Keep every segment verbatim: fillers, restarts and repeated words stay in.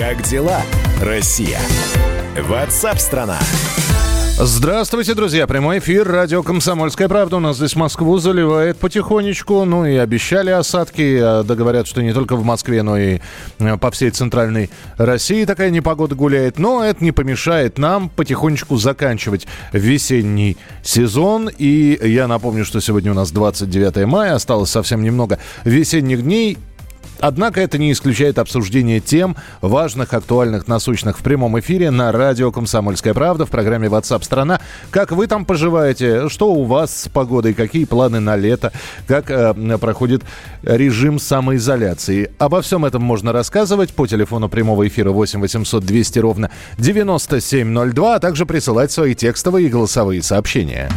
Как дела, Россия? Ватсап-страна! Здравствуйте, друзья. Прямой эфир. Радио «Комсомольская правда». У нас здесь Москву заливает потихонечку. Ну и обещали осадки. Да говорят, что не только в Москве, но и по всей центральной России такая непогода гуляет. Но это не помешает нам потихонечку заканчивать весенний сезон. И я напомню, что сегодня у нас двадцать девятое мая. Осталось совсем немного весенних дней. Однако это не исключает обсуждение тем важных, актуальных, насущных в прямом эфире на радио «Комсомольская правда» в программе WhatsApp страна. Как вы там поживаете? Что у вас с погодой? Какие планы на лето? Как э, проходит режим самоизоляции? Обо всем этом можно рассказывать по телефону прямого эфира восемь восемьсот двести ровно девяносто семь ноль два, а также присылать свои текстовые и голосовые сообщения.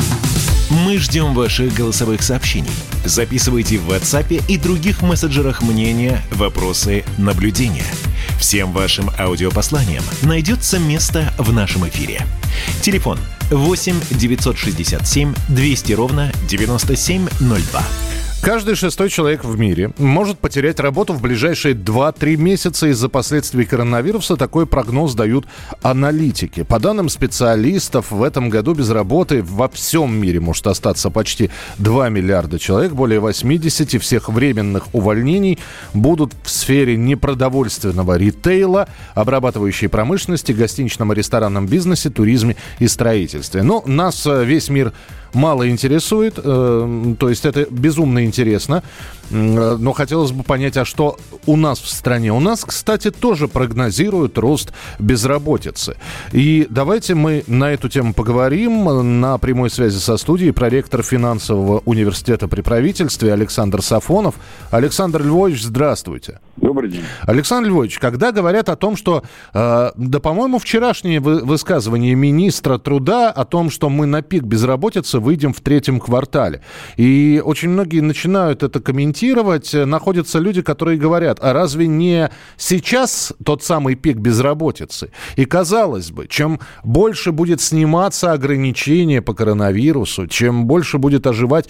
Мы ждем ваших голосовых сообщений. Записывайте в WhatsApp и других мессенджерах мнения, вопросы, наблюдения. Всем вашим аудиопосланиям найдется место в нашем эфире. Телефон восемь девятьсот шестьдесят семь двести ровно девяносто семь ноль два. Каждый шестой человек в мире может потерять работу в ближайшие два-три месяца из-за последствий коронавируса. Такой прогноз дают аналитики. По данным специалистов, в этом году без работы во всем мире может остаться почти два миллиарда человек. Более восемьдесят всех временных увольнений будут в сфере непродовольственного ритейла, обрабатывающей промышленности, гостиничном и ресторанном бизнесе, туризме и строительстве. Но нас весь мир мало интересует, э, то есть это безумно интересно, э, но хотелось бы понять, а что у нас в стране? У нас, кстати, тоже прогнозируют рост безработицы. И давайте мы на эту тему поговорим. На прямой связи со студией проректор финансового университета при правительстве Александр Сафонов. Александр Львович, здравствуйте. Добрый день. Александр Львович, когда говорят о том, что, э, да, по-моему, вчерашнее вы, высказывание министра труда о том, что мы на пик безработицы выйдем в третьем квартале. И очень многие начинают это комментировать. Находятся люди, которые говорят, а разве не сейчас тот самый пик безработицы? И казалось бы, чем больше будет сниматься ограничения по коронавирусу, чем больше будет оживать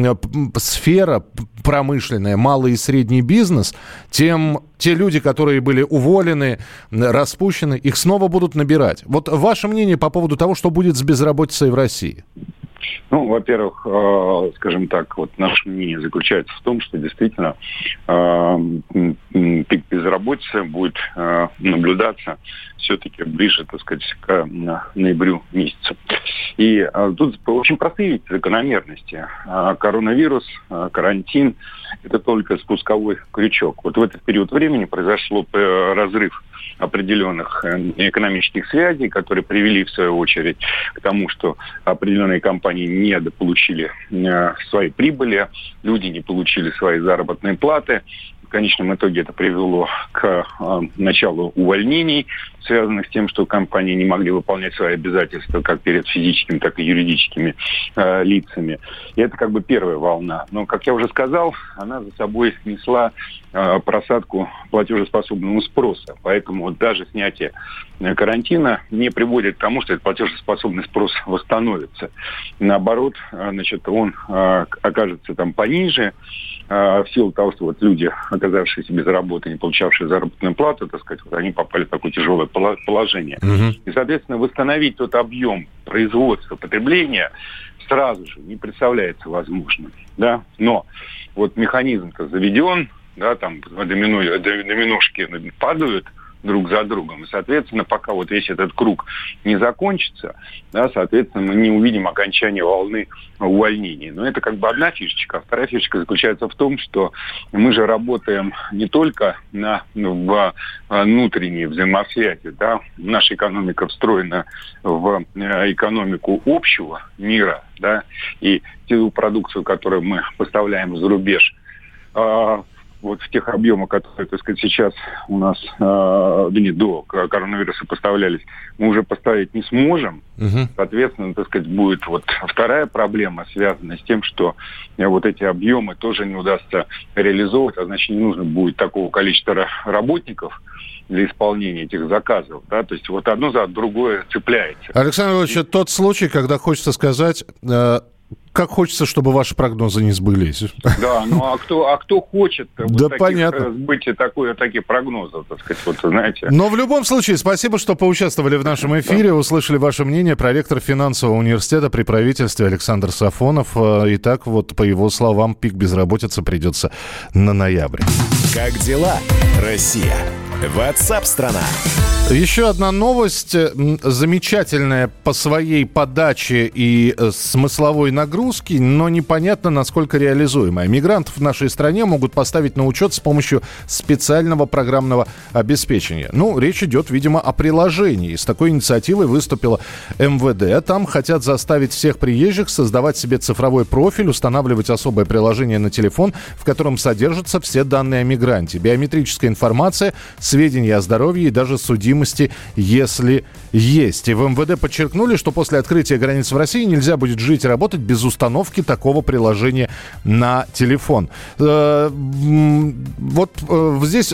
сфера промышленная, малый и средний бизнес, тем те люди, которые были уволены, распущены, их снова будут набирать. Вот ваше мнение по поводу того, что будет с безработицей в России? Ну, во-первых, э, скажем так, вот наше мнение заключается в том, что действительно э, пик безработицы будет э, наблюдаться все-таки ближе, так сказать, к ноябрю месяцу. И э, тут очень простые закономерности. Э, коронавирус, э, карантин – это только спусковой крючок. Вот в этот период времени произошло э, разрыв определенных экономических связей, которые привели, в свою очередь, к тому, что определенные компании не дополучили э, свои прибыли, люди не получили свои заработные платы. В конечном итоге это привело к э, началу увольнений, связанных с тем, что компании не могли выполнять свои обязательства как перед физическими, так и юридическими э, лицами. И это как бы первая волна. Но, как я уже сказал, она за собой несла э, просадку платежеспособного спроса. Поэтому вот даже снятие карантина не приводит к тому, что этот платежеспособный спрос восстановится. Наоборот, э, значит, он э, окажется там пониже, э, в силу того, что вот люди, оказавшиеся без работы, не получавшие заработную плату, так сказать, вот они попали в такое тяжелое положение. Угу. И, соответственно, восстановить тот объем производства, потребления сразу же не представляется возможным. Да? Но вот механизм-то заведен, да, там домино, доминошки падают друг за другом. И, соответственно, пока вот весь этот круг не закончится, да, соответственно, мы не увидим окончания волны увольнений. Но это как бы одна фишечка. А вторая фишечка заключается в том, что мы же работаем не только на, в внутренней взаимосвязи. Да? Наша экономика встроена в экономику общего мира. Да? И ту продукцию, которую мы поставляем за рубеж, вот в тех объемах, которые, так сказать, сейчас у нас э, да не, до коронавируса поставлялись, мы уже поставить не сможем. Угу. Соответственно, так сказать, будет вот вторая проблема, связанная с тем, что вот эти объемы тоже не удастся реализовывать, а значит, не нужно будет такого количества работников для исполнения этих заказов. Да? То есть вот одно за другое цепляется. Александр Ильич, это тот случай, когда хочется сказать... Э... Как хочется, чтобы ваши прогнозы не сбылись. Да, ну а кто, а кто хочет да вот понятно. сбытия такой, такие прогнозы, так сказать, вот знаете. Но в любом случае, спасибо, что поучаствовали в нашем эфире, услышали ваше мнение. Проректор финансового университета при правительстве Александр Сафонов. Итак, вот по его словам, пик безработицы придется на ноябрь. Как дела, Россия? WhatsApp-страна. Еще одна новость, замечательная по своей подаче и смысловой нагрузке, но непонятно, насколько реализуемая. Мигрантов в нашей стране могут поставить на учет с помощью специального программного обеспечения. Ну, речь идет, видимо, о приложении. С такой инициативой выступила эм вэ дэ. Там хотят заставить всех приезжих создавать себе цифровой профиль, устанавливать особое приложение на телефон, в котором содержатся все данные о мигранте. Биометрическая информация, сведения о здоровье и даже судимости, если есть. И в эм вэ дэ подчеркнули, что после открытия границ в России нельзя будет жить и работать без установки такого приложения на телефон. Вот здесь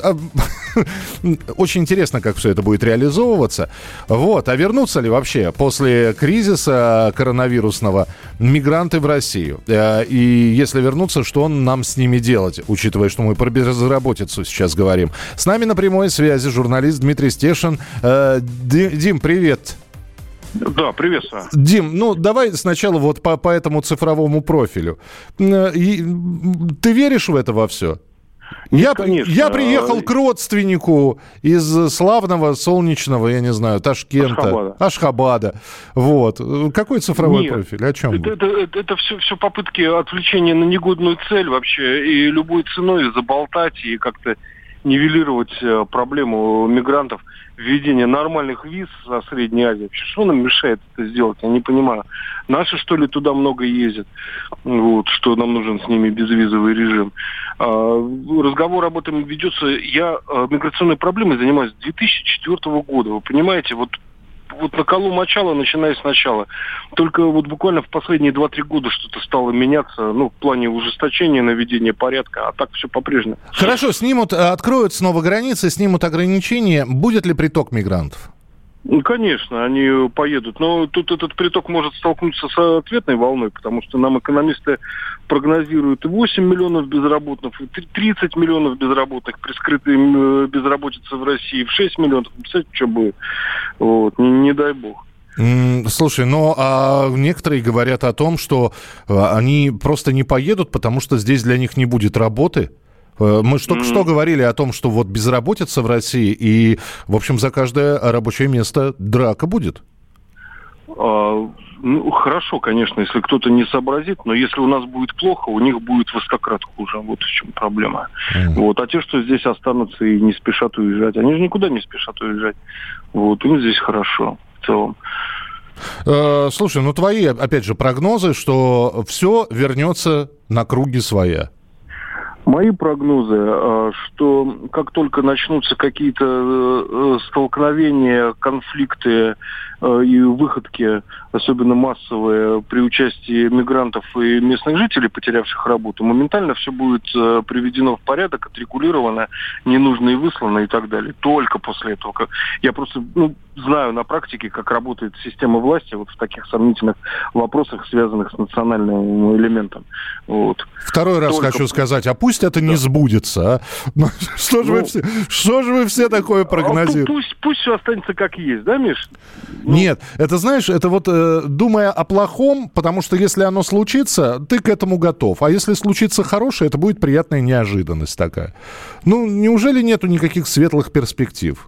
очень интересно, как все это будет реализовываться. Вот. А вернутся ли вообще после кризиса коронавирусного мигранты в Россию? И если вернутся, что нам с ними делать, учитывая, что мы про безработицу сейчас говорим? С нами на прямой связи журналист Дмитрий Стешин. Дим, привет. Да, приветствую. Дим, ну давай сначала вот по, по этому цифровому профилю. И, ты веришь в это во все? Я, я приехал к родственнику из славного, солнечного, я не знаю, Ташкента, Ашхабада. Ашхабада. Вот. Какой цифровой Нет, профиль? О чем? Это, это, это, это все, все попытки отвлечения на негодную цель вообще. И любой ценой заболтать и как-то нивелировать проблему мигрантов, введение нормальных виз со Средней Азии. Что нам мешает это сделать? Я не понимаю. Наши, что ли, туда много ездят? Вот, что нам нужен с ними безвизовый режим. Разговор об этом ведется. Я миграционной проблемой занимаюсь с две тысячи четвёртого года. Вы понимаете, вот Вот на колу мочала, начиная сначала. Только вот буквально в последние два-три года что-то стало меняться, ну, в плане ужесточения, наведения порядка, а так все по-прежнему. Хорошо, снимут, откроют снова границы, снимут ограничения. Будет ли приток мигрантов? Ну, конечно, они поедут. Но тут этот приток может столкнуться с ответной волной, потому что нам экономисты прогнозируют и восемь миллионов безработных, и тридцать миллионов безработных при скрытой безработице в России, в шесть миллионов. Представляете, что будет? Вот, не, не дай бог. Слушай, ну а некоторые говорят о том, что они просто не поедут, потому что здесь для них не будет работы. Мы же только mm-hmm. что говорили о том, что вот безработица в России, и, в общем, за каждое рабочее место драка будет. А, ну, хорошо, конечно, если кто-то не сообразит, но если у нас будет плохо, у них будет в сто крат хуже. Вот в чем проблема. Mm-hmm. Вот. А те, что здесь останутся и не спешат уезжать, они же никуда не спешат уезжать. Вот. Им здесь хорошо в целом. Слушай, ну твои, опять же, прогнозы, что все вернется на круги своя. Мои прогнозы, что как только начнутся какие-то столкновения, конфликты и выходки, особенно массовые, при участии мигрантов и местных жителей, потерявших работу, моментально все будет приведено в порядок, отрегулировано, ненужно и выслано и так далее. Только после этого. Я просто ну, знаю на практике, как работает система власти вот в таких сомнительных вопросах, связанных с национальным элементом. Вот. Второй раз Только... хочу сказать, а пусть это да. не сбудется, а? Ну, что, же ну, вы все, что же вы все такое прогнозируете? А, пусть, пусть все останется как есть, да, Миш? Ну... Нет, это знаешь, это вот э, думая о плохом, потому что если оно случится, ты к этому готов. А если случится хорошее, это будет приятная неожиданность такая. Ну, неужели нету никаких светлых перспектив?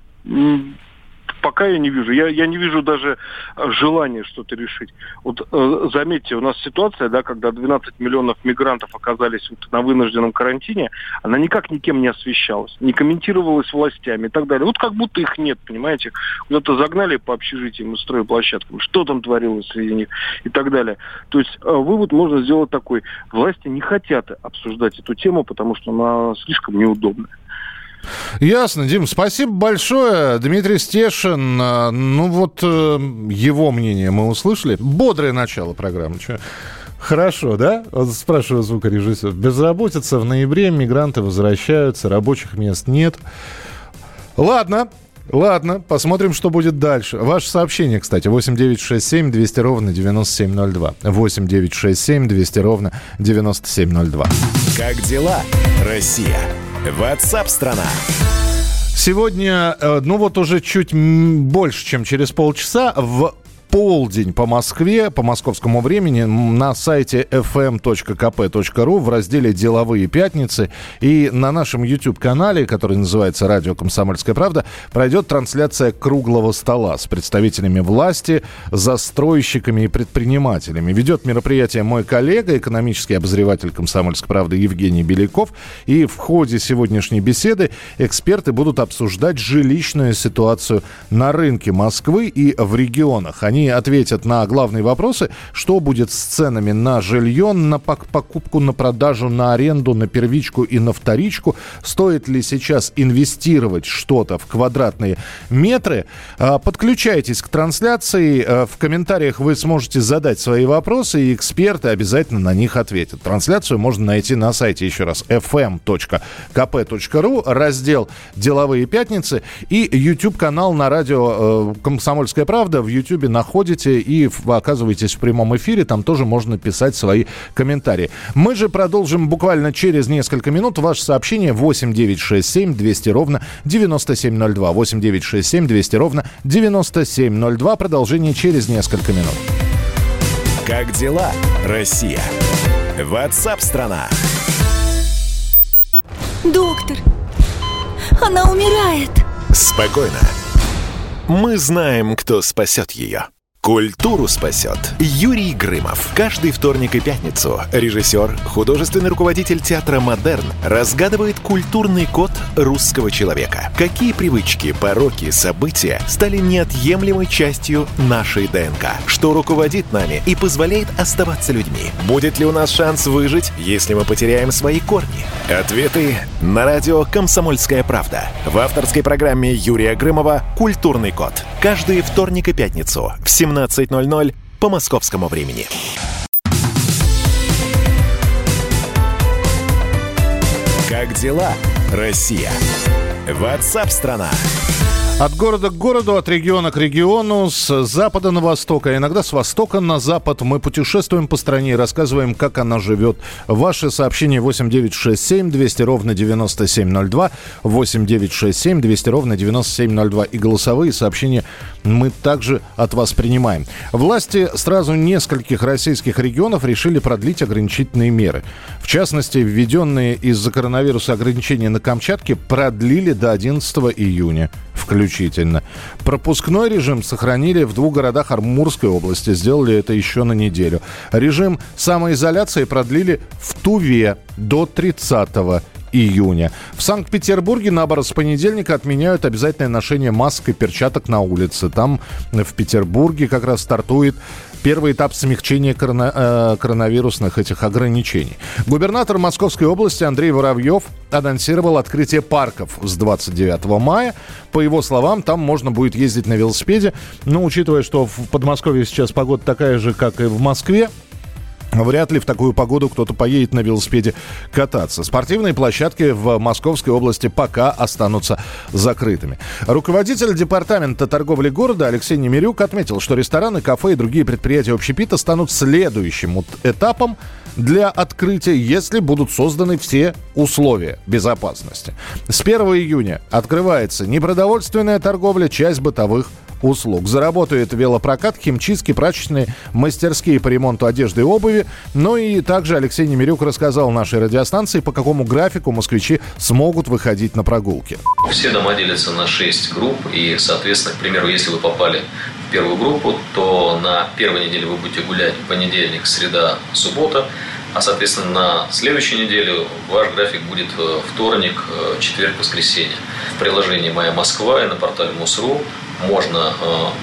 Пока я не вижу. Я, я не вижу даже желания что-то решить. Вот э, заметьте, у нас ситуация, да, когда двенадцать миллионов мигрантов оказались вот на вынужденном карантине, она никак никем не освещалась, не комментировалась властями и так далее. Вот как будто их нет, понимаете. Куда-то загнали по общежитиям и стройплощадкам, что там творилось среди них и так далее. То есть э, вывод можно сделать такой. Власти не хотят обсуждать эту тему, потому что она слишком неудобная. Ясно, Дим, спасибо большое. Дмитрий Стешин, ну вот его мнение мы услышали. Бодрое начало программы. Че? Хорошо, да? Вот спрашиваю звукорежиссера. Безработица в ноябре, мигранты возвращаются, рабочих мест нет. Ладно. Ладно, посмотрим, что будет дальше. Ваше сообщение, кстати, восемь девятьсот шестьдесят семь двести ровно девяносто семь ноль два. восемь девятьсот шестьдесят семь двести ровно девяносто семь ноль два. Как дела, Россия? Ватсап-страна! Сегодня, ну вот уже чуть больше, чем через полчаса, в полдень по Москве, по московскому времени, на сайте эф эм точка ка пэ точка ру в разделе «Деловые пятницы» и на нашем YouTube-канале, который называется «Радио Комсомольская правда», пройдет трансляция круглого стола с представителями власти, застройщиками и предпринимателями. Ведет мероприятие мой коллега, экономический обозреватель «Комсомольской правды» Евгений Беляков. И в ходе сегодняшней беседы эксперты будут обсуждать жилищную ситуацию на рынке Москвы и в регионах. Они ответят на главные вопросы, что будет с ценами на жилье, на покупку, на продажу, на аренду, на первичку и на вторичку. Стоит ли сейчас инвестировать что-то в квадратные метры? Подключайтесь к трансляции. В комментариях вы сможете задать свои вопросы, и эксперты обязательно на них ответят. Трансляцию можно найти на сайте, еще раз, эф эм точка ка пэ точка ру, раздел «Деловые пятницы» и YouTube-канал на радио «Комсомольская правда». В YouTube находится Ходите и оказываетесь в прямом эфире, там тоже можно писать свои комментарии. Мы же продолжим буквально через несколько минут. Ваше сообщение восемь девятьсот шестьдесят семь двести ровно девяносто семь ноль два. восемь девятьсот шестьдесят семь двести ровно девяносто семь ноль два. Продолжение через несколько минут. Как дела, Россия? Ватсап-страна! Доктор, она умирает. Спокойно. Мы знаем, кто спасет ее. Культуру спасет Юрий Грымов. Каждый вторник и пятницу режиссер, художественный руководитель театра «Модерн» разгадывает культурный код русского человека. Какие привычки, пороки, события стали неотъемлемой частью нашей ДНК? Что руководит нами и позволяет оставаться людьми? Будет ли у нас шанс выжить, если мы потеряем свои корни? Ответы на радио «Комсомольская правда». В авторской программе Юрия Грымова «Культурный код». Каждый вторник и пятницу в семнадцать ноль ноль по московскому времени. Как дела, Россия? Ватсап-страна! От города к городу, от региона к региону, с запада на восток, а иногда с востока на запад мы путешествуем по стране и рассказываем, как она живет. Ваше сообщение восемь девятьсот шестьдесят семь двести ровно девяносто семь ноль два, восемь девятьсот шестьдесят семь двести ровно девяносто семь ноль два. И голосовые сообщения мы также от вас принимаем. Власти сразу нескольких российских регионов решили продлить ограничительные меры. В частности, введенные из-за коронавируса ограничения на Камчатке продлили до одиннадцатого июня. Включительно. Пропускной режим сохранили в двух городах Амурской области. Сделали это еще на неделю. Режим самоизоляции продлили в Туве до тридцатого июня. В Санкт-Петербурге, наоборот, с понедельника отменяют обязательное ношение масок и перчаток на улице. Там в Петербурге как раз стартует первый этап смягчения корона, э, коронавирусных этих ограничений. Губернатор Московской области Андрей Воробьев анонсировал открытие парков с двадцать девятого мая. По его словам, там можно будет ездить на велосипеде. Но учитывая, что в Подмосковье сейчас погода такая же, как и в Москве, вряд ли в такую погоду кто-то поедет на велосипеде кататься. Спортивные площадки в Московской области пока останутся закрытыми. Руководитель департамента торговли города Алексей Немирюк отметил, что рестораны, кафе и другие предприятия общепита станут следующим этапом для открытия, если будут созданы все условия безопасности. С первого июня открывается непродовольственная торговля, часть бытовых услуг. Заработают велопрокат, химчистки, прачечные, мастерские по ремонту одежды и обуви. Ну и также Алексей Немирюк рассказал нашей радиостанции, по какому графику москвичи смогут выходить на прогулки. Все дома делятся на шесть групп. И, соответственно, к примеру, если вы попали в первую группу, то на первой неделе вы будете гулять понедельник, среда, суббота. А, соответственно, на следующей неделе ваш график будет вторник, четверг, воскресенье. В приложении «Моя Москва» и на портале МОСРУ можно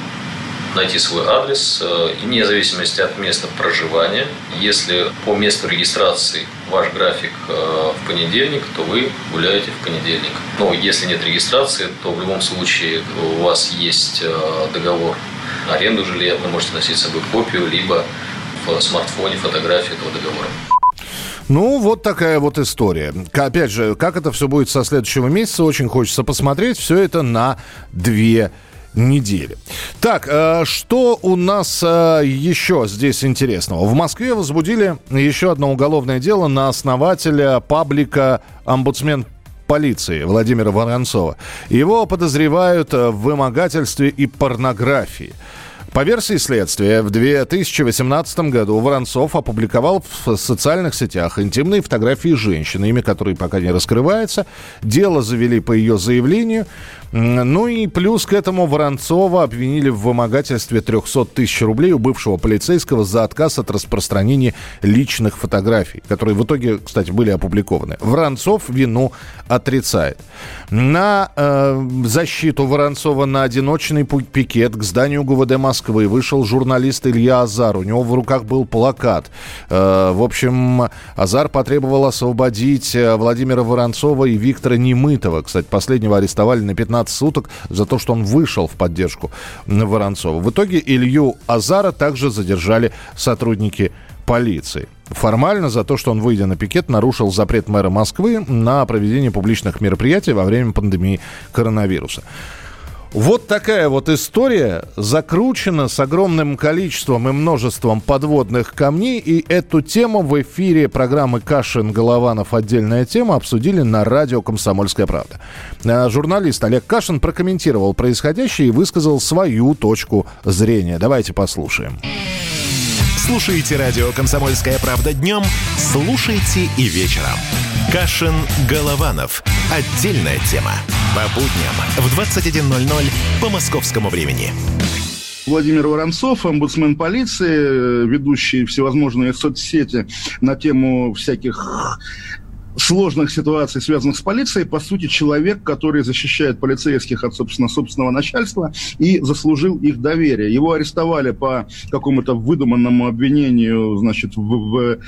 э, найти свой адрес, э, и вне зависимости от места проживания. Если по месту регистрации ваш график э, в понедельник, то вы гуляете в понедельник. Но если нет регистрации, то в любом случае у вас есть э, договор аренду жилья, вы можете носить с собой копию, либо в смартфоне фотографию этого договора. Ну, вот такая вот история. Опять же, как это все будет со следующего месяца, очень хочется посмотреть. Все это на две недели. Так, э, что у нас э, еще здесь интересного? В Москве возбудили еще одно уголовное дело на основателя паблика «Омбудсмен полиции» Владимира Воронцова. Его подозревают в вымогательстве и порнографии. По версии следствия, в две тысячи восемнадцатом году Воронцов опубликовал в социальных сетях интимные фотографии женщины, имя которой пока не раскрывается. Дело завели по ее заявлению. Ну и плюс к этому Воронцова обвинили в вымогательстве триста тысяч рублей у бывшего полицейского за отказ от распространения личных фотографий, которые в итоге, кстати, были опубликованы. Воронцов вину отрицает. На э, защиту Воронцова на одиночный пикет к зданию ГУВД Москвы вышел журналист Илья Азар. У него в руках был плакат. Э, в общем, Азар потребовал освободить Владимира Воронцова и Виктора Немытова. Кстати, последнего арестовали на пятнадцать суток за то, что он вышел в поддержку Воронцова. В итоге Илью Азара также задержали сотрудники полиции. Формально за то, что он, выйдя на пикет, нарушил запрет мэра Москвы на проведение публичных мероприятий во время пандемии коронавируса. Вот такая вот история закручена с огромным количеством и множеством подводных камней. И эту тему в эфире программы «Кашин-Голованов. Отдельная тема» обсудили на радио «Комсомольская правда». Журналист Олег Кашин прокомментировал происходящее и высказал свою точку зрения. Давайте послушаем. Слушайте радио «Комсомольская правда» днем, слушайте и вечером. Кашин-Голованов. Отдельная тема. По будням в двадцать один ноль ноль по московскому времени. Владимир Воронцов, омбудсмен полиции, ведущий всевозможные соцсети на тему всяких сложных ситуаций, связанных с полицией, по сути, человек, который защищает полицейских от, собственно, собственного начальства и заслужил их доверие. Его арестовали по какому-то выдуманному обвинению, значит, в, в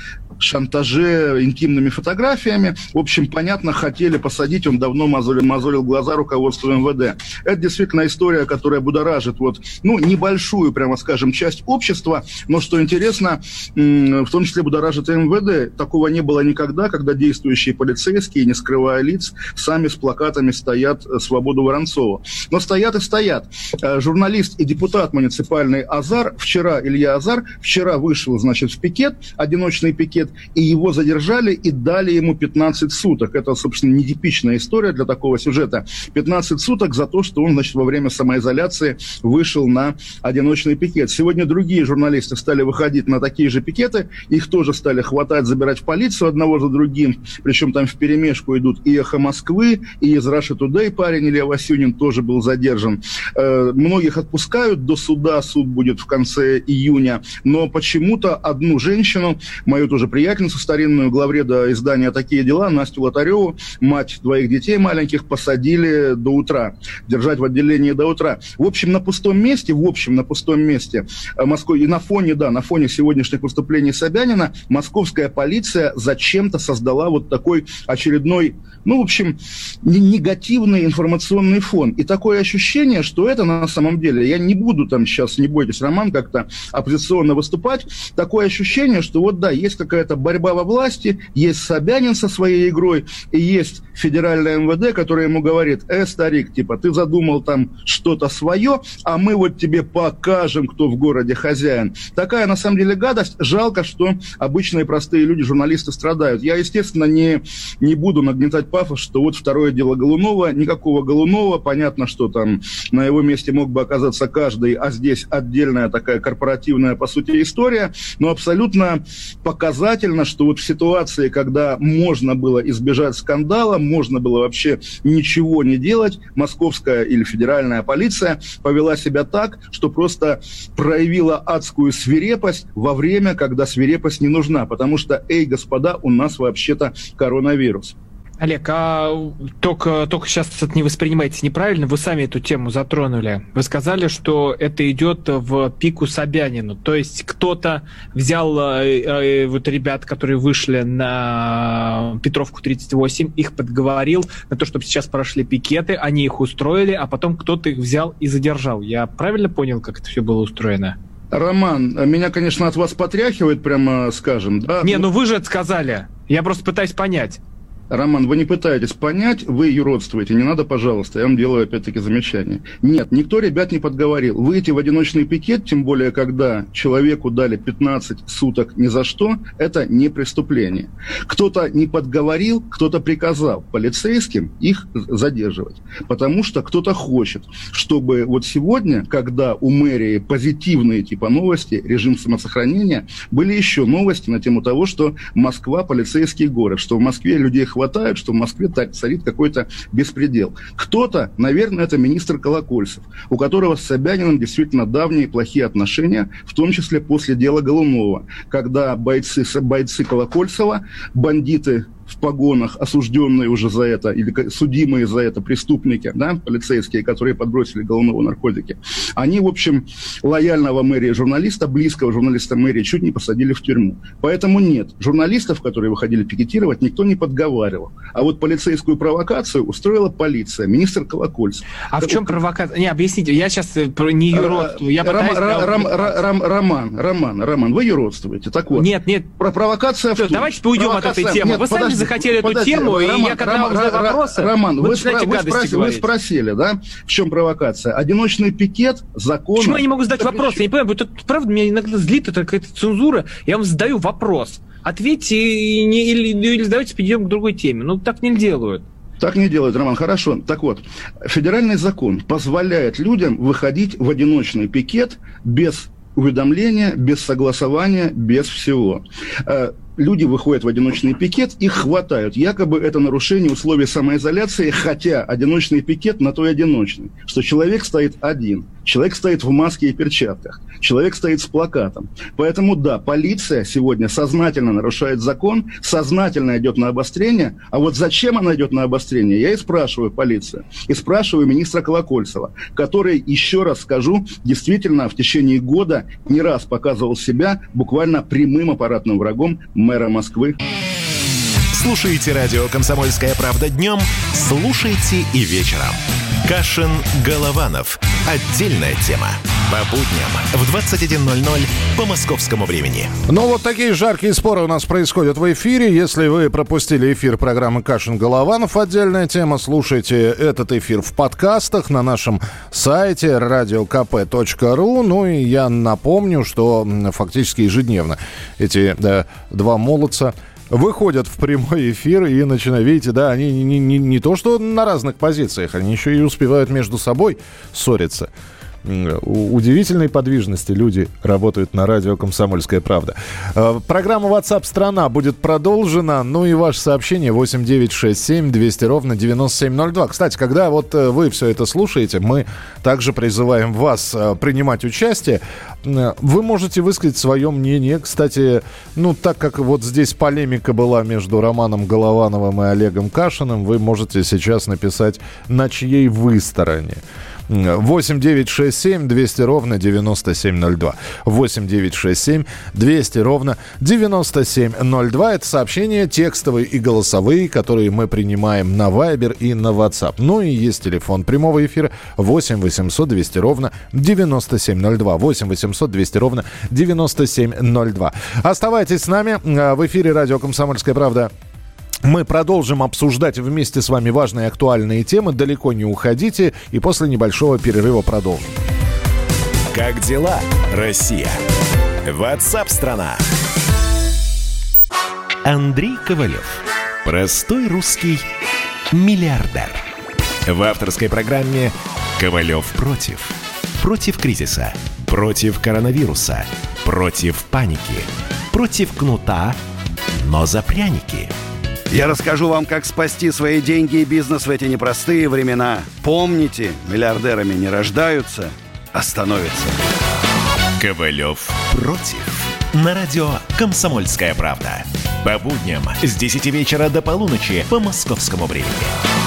шантаже интимными фотографиями. В общем, понятно, хотели посадить, он давно мозолил, мозолил глаза руководству эм вэ дэ. Это действительно история, которая будоражит вот, ну, небольшую, прямо скажем, часть общества, но, что интересно, в том числе будоражит эм вэ дэ. Такого не было никогда, когда действующие полицейские, не скрывая лиц, сами с плакатами стоят «Свободу Воронцову». Но стоят и стоят. Журналист и депутат муниципальный Азар, вчера, Илья Азар, вчера вышел, значит, в пикет, одиночный пикет, и его задержали и дали ему пятнадцать суток. Это, собственно, нетипичная история для такого сюжета. пятнадцать суток за то, что он, значит, во время самоизоляции вышел на одиночный пикет. Сегодня другие журналисты стали выходить на такие же пикеты, их тоже стали хватать, забирать в полицию одного за другим. Причем там вперемешку идут и «Эхо Москвы», и из Russia Today парень Илья Васюнин тоже был задержан. Э, многих отпускают до суда, суд будет в конце июня, но почему-то одну женщину, мою тоже приятельницу старинную, главреда издания «Такие дела», Настю Лотареву, мать двоих детей маленьких, посадили до утра, держать в отделении до утра. В общем, на пустом месте, в общем, на пустом месте, Москва, и на фоне, да, на фоне сегодняшних выступлений Собянина, московская полиция зачем-то создала вот такой такой очередной, ну, в общем, негативный информационный фон. И такое ощущение, что это на самом деле, я не буду там сейчас, не бойтесь, Роман, как-то оппозиционно выступать, такое ощущение, что вот, да, есть какая-то борьба во власти, есть Собянин со своей игрой, и есть федеральное эм вэ дэ, которое ему говорит: э, старик, типа, ты задумал там что-то свое, а мы вот тебе покажем, кто в городе хозяин. Такая, на самом деле, гадость. Жалко, что обычные простые люди, журналисты, страдают. Я, естественно, не Не буду нагнетать пафос, что вот второе дело Голунова. Никакого Голунова. Понятно, что там на его месте мог бы оказаться каждый, а здесь отдельная такая корпоративная, по сути, история. Но абсолютно показательно, что вот в ситуации, когда можно было избежать скандала, можно было вообще ничего не делать, московская или федеральная полиция повела себя так, что просто проявила адскую свирепость во время, когда свирепость не нужна. Потому что, эй, господа, у нас вообще-то коронавирус. Олег, а только, только сейчас это не воспринимайте неправильно, вы сами эту тему затронули. Вы сказали, что это идет в пику Собянину. То есть кто-то взял э, э, вот ребят, которые вышли на Петровку тридцать восемь, их подговорил на то, чтобы сейчас прошли пикеты, они их устроили, а потом кто-то их взял и задержал. Я правильно понял, как это все было устроено? Роман, меня, конечно, от вас потряхивает, прямо скажем, да? Не, ну вы же это сказали. Я просто пытаюсь понять. Роман, вы не пытаетесь понять, вы юродствуете. Не надо, пожалуйста, я вам делаю опять-таки замечание. Нет, никто ребят не подговорил. Выйти в одиночный пикет, тем более, когда человеку дали пятнадцать суток ни за что, это не преступление. Кто-то не подговорил, кто-то приказал полицейским их задерживать. Потому что кто-то хочет, чтобы вот сегодня, когда у мэрии позитивные типа новости, режим самосохранения, были еще новости на тему того, что Москва полицейский город, что в Москве людей хватает, хватает, что в Москве царит какой-то беспредел. Кто-то, наверное, это министр Колокольцев, у которого с Собяниным действительно давние плохие отношения, в том числе после дела Голунова, когда бойцы, бойцы Колокольцева, бандиты в погонах, осужденные уже за это, или судимые за это преступники, да, полицейские, которые подбросили Голунову наркотики, они, в общем, лояльного мэрии журналиста, близкого журналиста мэрии, чуть не посадили в тюрьму. Поэтому нет, журналистов, которые выходили пикетировать, никто не подговаривал. А вот полицейскую провокацию устроила полиция, министр Колокольцев. А так, в чем провокация? Не, объясните, я сейчас про не юродствую. Я Ром, пытаюсь... Ром, Ром, Роман, Роман, Роман, вы юродствуете. Так вот. Нет, нет. Про провокация... Что, давайте уйдем от этой темы. Нет, вы подожди, сами захотели подожди, эту тему, Роман, и я когда вам задаю вопросы, Роман, вы, вы, начинаете вы, гадости спросили, говорить. Вы спросили, да, в чем провокация? Одиночный пикет, закон... Почему я не могу задать вопрос? Я не понимаю, это, правда, меня иногда злит это какая-то цензура. Я вам задаю вопрос. Ответьте и не, или, или давайте перейдем к другой теме. Ну, так не делают. Так не делают, Роман. Хорошо. Так вот, федеральный закон позволяет людям выходить в одиночный пикет без уведомления, без согласования, без всего. Люди выходят в одиночный пикет, их хватают. Якобы это нарушение условий самоизоляции, хотя одиночный пикет на то и одиночный, что человек стоит один, человек стоит в маске и перчатках, человек стоит с плакатом. Поэтому да, полиция сегодня сознательно нарушает закон, сознательно идет на обострение, а вот зачем она идет на обострение, я и спрашиваю полицию, и спрашиваю министра Колокольцева, который, еще раз скажу, действительно в течение года не раз показывал себя буквально прямым аппаратным врагом мэра Москвы. Слушайте радио «Комсомольская правда» днем, слушайте и вечером. Кашин-Голованов. Отдельная тема. По будням в двадцать один ноль ноль по московскому времени. Ну, вот такие жаркие споры у нас происходят в эфире. Если вы пропустили эфир программы «Кашин-Голованов», отдельная тема, слушайте этот эфир в подкастах на нашем сайте радио ка пэ точка ру. Ну, и я напомню, что фактически ежедневно эти да, два молодца выходят в прямой эфир и начинают, видите, да, они не, не, не то что на разных позициях, они еще и успевают между собой ссориться. Удивительной подвижности люди работают на радио «Комсомольская правда». Программа WhatsApp страна будет продолжена. Ну и ваше сообщение восемь девятьсот шестьдесят семь двести ровно девяносто семь ноль два. Кстати, когда вот вы все это слушаете, мы также призываем вас принимать участие. Вы можете высказать свое мнение. Кстати, ну так как вот здесь полемика была между Романом Головановым и Олегом Кашиным, вы можете сейчас написать, на чьей вы стороне. восемь девятьсот шестьдесят семь двести ровно девяносто семь ноль два. восемь девятьсот шестьдесят семь двести ровно девяносто семь ноль два. Это сообщения текстовые и голосовые, которые мы принимаем на Viber и на WhatsApp. Ну и есть телефон прямого эфира восемь восемьсот двести ровно девяносто семь ноль два. восемь восемьсот двести ровно девяносто семь ноль два. Оставайтесь с нами. В эфире радио «Комсомольская правда». Мы продолжим обсуждать вместе с вами важные и актуальные темы. Далеко не уходите. И после небольшого перерыва продолжим. Как дела, Россия? WhatsApp-страна. Андрей Ковалев. Простой русский миллиардер. В авторской программе «Ковалев против». Против кризиса. Против коронавируса. Против паники. Против кнута, но за пряники. Я расскажу вам, как спасти свои деньги и бизнес в эти непростые времена. Помните, миллиардерами не рождаются, а становятся. Ковалев против. На радио «Комсомольская правда». По будням с десяти вечера до полуночи по московскому времени.